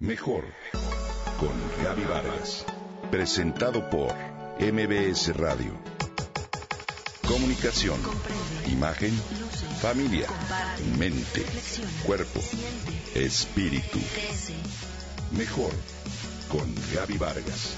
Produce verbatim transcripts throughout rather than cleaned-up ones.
Mejor con Gaby Vargas. Presentado por M B S Radio. Comunicación, imagen, familia, mente, cuerpo, espíritu. Mejor con Gaby Vargas.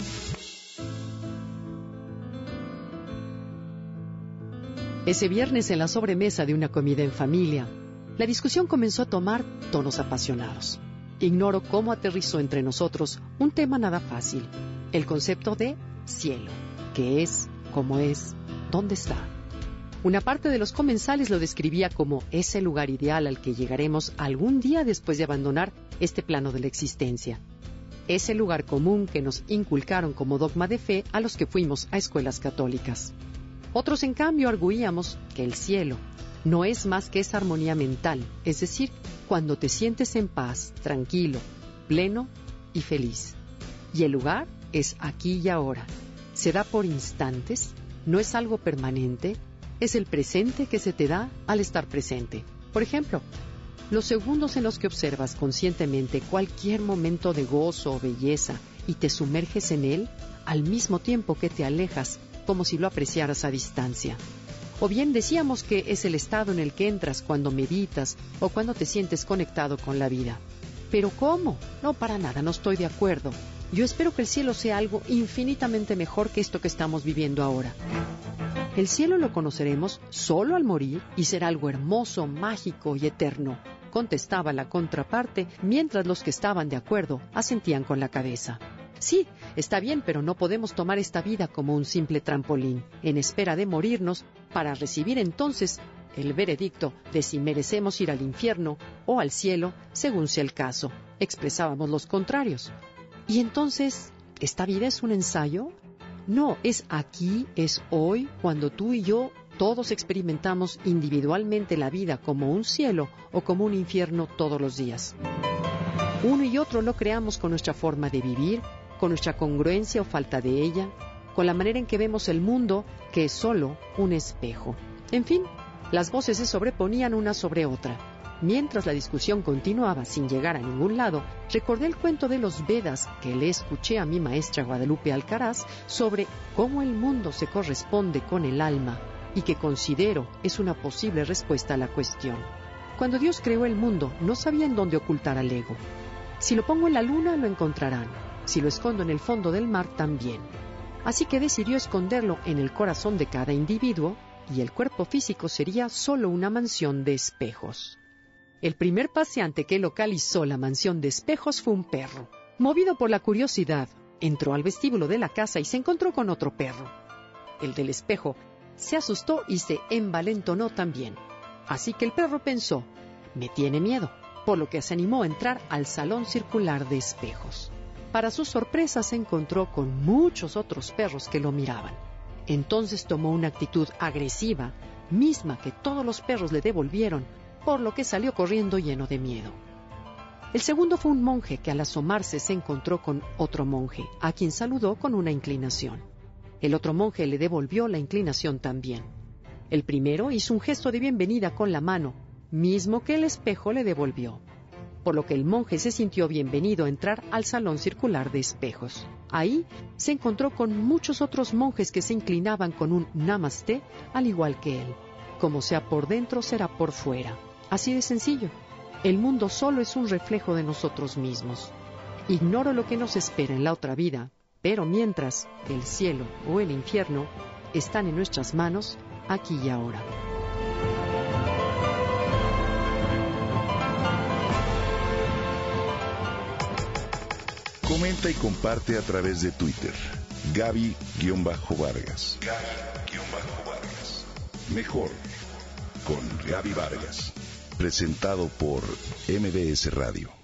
Ese viernes, en la sobremesa de una comida en familia, la discusión comenzó a tomar tonos apasionados. Ignoro cómo aterrizó entre nosotros un tema nada fácil: el concepto de cielo. ¿Qué es? ¿Cómo es? ¿Dónde está? Una parte de los comensales lo describía como ese lugar ideal al que llegaremos algún día después de abandonar este plano de la existencia. Ese lugar común que nos inculcaron como dogma de fe a los que fuimos a escuelas católicas. Otros, en cambio, arguíamos que el cielo no es más que esa armonía mental, es decir, cuando te sientes en paz, tranquilo, pleno y feliz. Y el lugar es aquí y ahora. Se da por instantes, no es algo permanente, es el presente que se te da al estar presente. Por ejemplo, los segundos en los que observas conscientemente cualquier momento de gozo o belleza y te sumerges en él, al mismo tiempo que te alejas, como si lo apreciaras a distancia. O bien decíamos que es el estado en el que entras cuando meditas o cuando te sientes conectado con la vida. ¿Pero cómo? No, para nada, no estoy de acuerdo. Yo espero que el cielo sea algo infinitamente mejor que esto que estamos viviendo ahora. El cielo lo conoceremos solo al morir y será algo hermoso, mágico y eterno, contestaba la contraparte, mientras los que estaban de acuerdo asentían con la cabeza. Sí, está bien, pero no podemos tomar esta vida como un simple trampolín, en espera de morirnos, para recibir entonces el veredicto de si merecemos ir al infierno o al cielo, según sea el caso. Expresábamos los contrarios. ¿Y entonces, esta vida es un ensayo? No, es aquí, es hoy, cuando tú y yo todos experimentamos individualmente la vida como un cielo o como un infierno todos los días. Uno y otro lo creamos con nuestra forma de vivir, con nuestra congruencia o falta de ella, con la manera en que vemos el mundo, que es solo un espejo. En fin, las voces se sobreponían una sobre otra. Mientras la discusión continuaba sin llegar a ningún lado, recordé el cuento de los Vedas que le escuché a mi maestra Guadalupe Alcaraz sobre cómo el mundo se corresponde con el alma y que considero es una posible respuesta a la cuestión. Cuando Dios creó el mundo, no sabía en dónde ocultar al ego. Si lo pongo en la luna, lo encontrarán. Si lo escondo en el fondo del mar, también. Así que decidió esconderlo en el corazón de cada individuo, y el cuerpo físico sería solo una mansión de espejos. El primer paseante que localizó la mansión de espejos fue un perro. Movido por la curiosidad, entró al vestíbulo de la casa y se encontró con otro perro. El del espejo se asustó y se envalentonó también. Así que el perro pensó: me tiene miedo, por lo que se animó a entrar al salón circular de espejos. Para su sorpresa se encontró con muchos otros perros que lo miraban. Entonces tomó una actitud agresiva, misma que todos los perros le devolvieron, por lo que salió corriendo lleno de miedo. El segundo fue un monje que al asomarse se encontró con otro monje, a quien saludó con una inclinación. El otro monje le devolvió la inclinación también. El primero hizo un gesto de bienvenida con la mano, mismo que el espejo le devolvió, por lo que el monje se sintió bienvenido a entrar al salón circular de espejos. Ahí se encontró con muchos otros monjes que se inclinaban con un namaste, al igual que él. Como sea por dentro, será por fuera. Así de sencillo. El mundo solo es un reflejo de nosotros mismos. Ignoro lo que nos espera en la otra vida, pero mientras, el cielo o el infierno están en nuestras manos, aquí y ahora. Comenta y comparte a través de Twitter. Gaby-Vargas. Gaby-Vargas. Mejor con Gaby Vargas. Presentado por M B S Radio.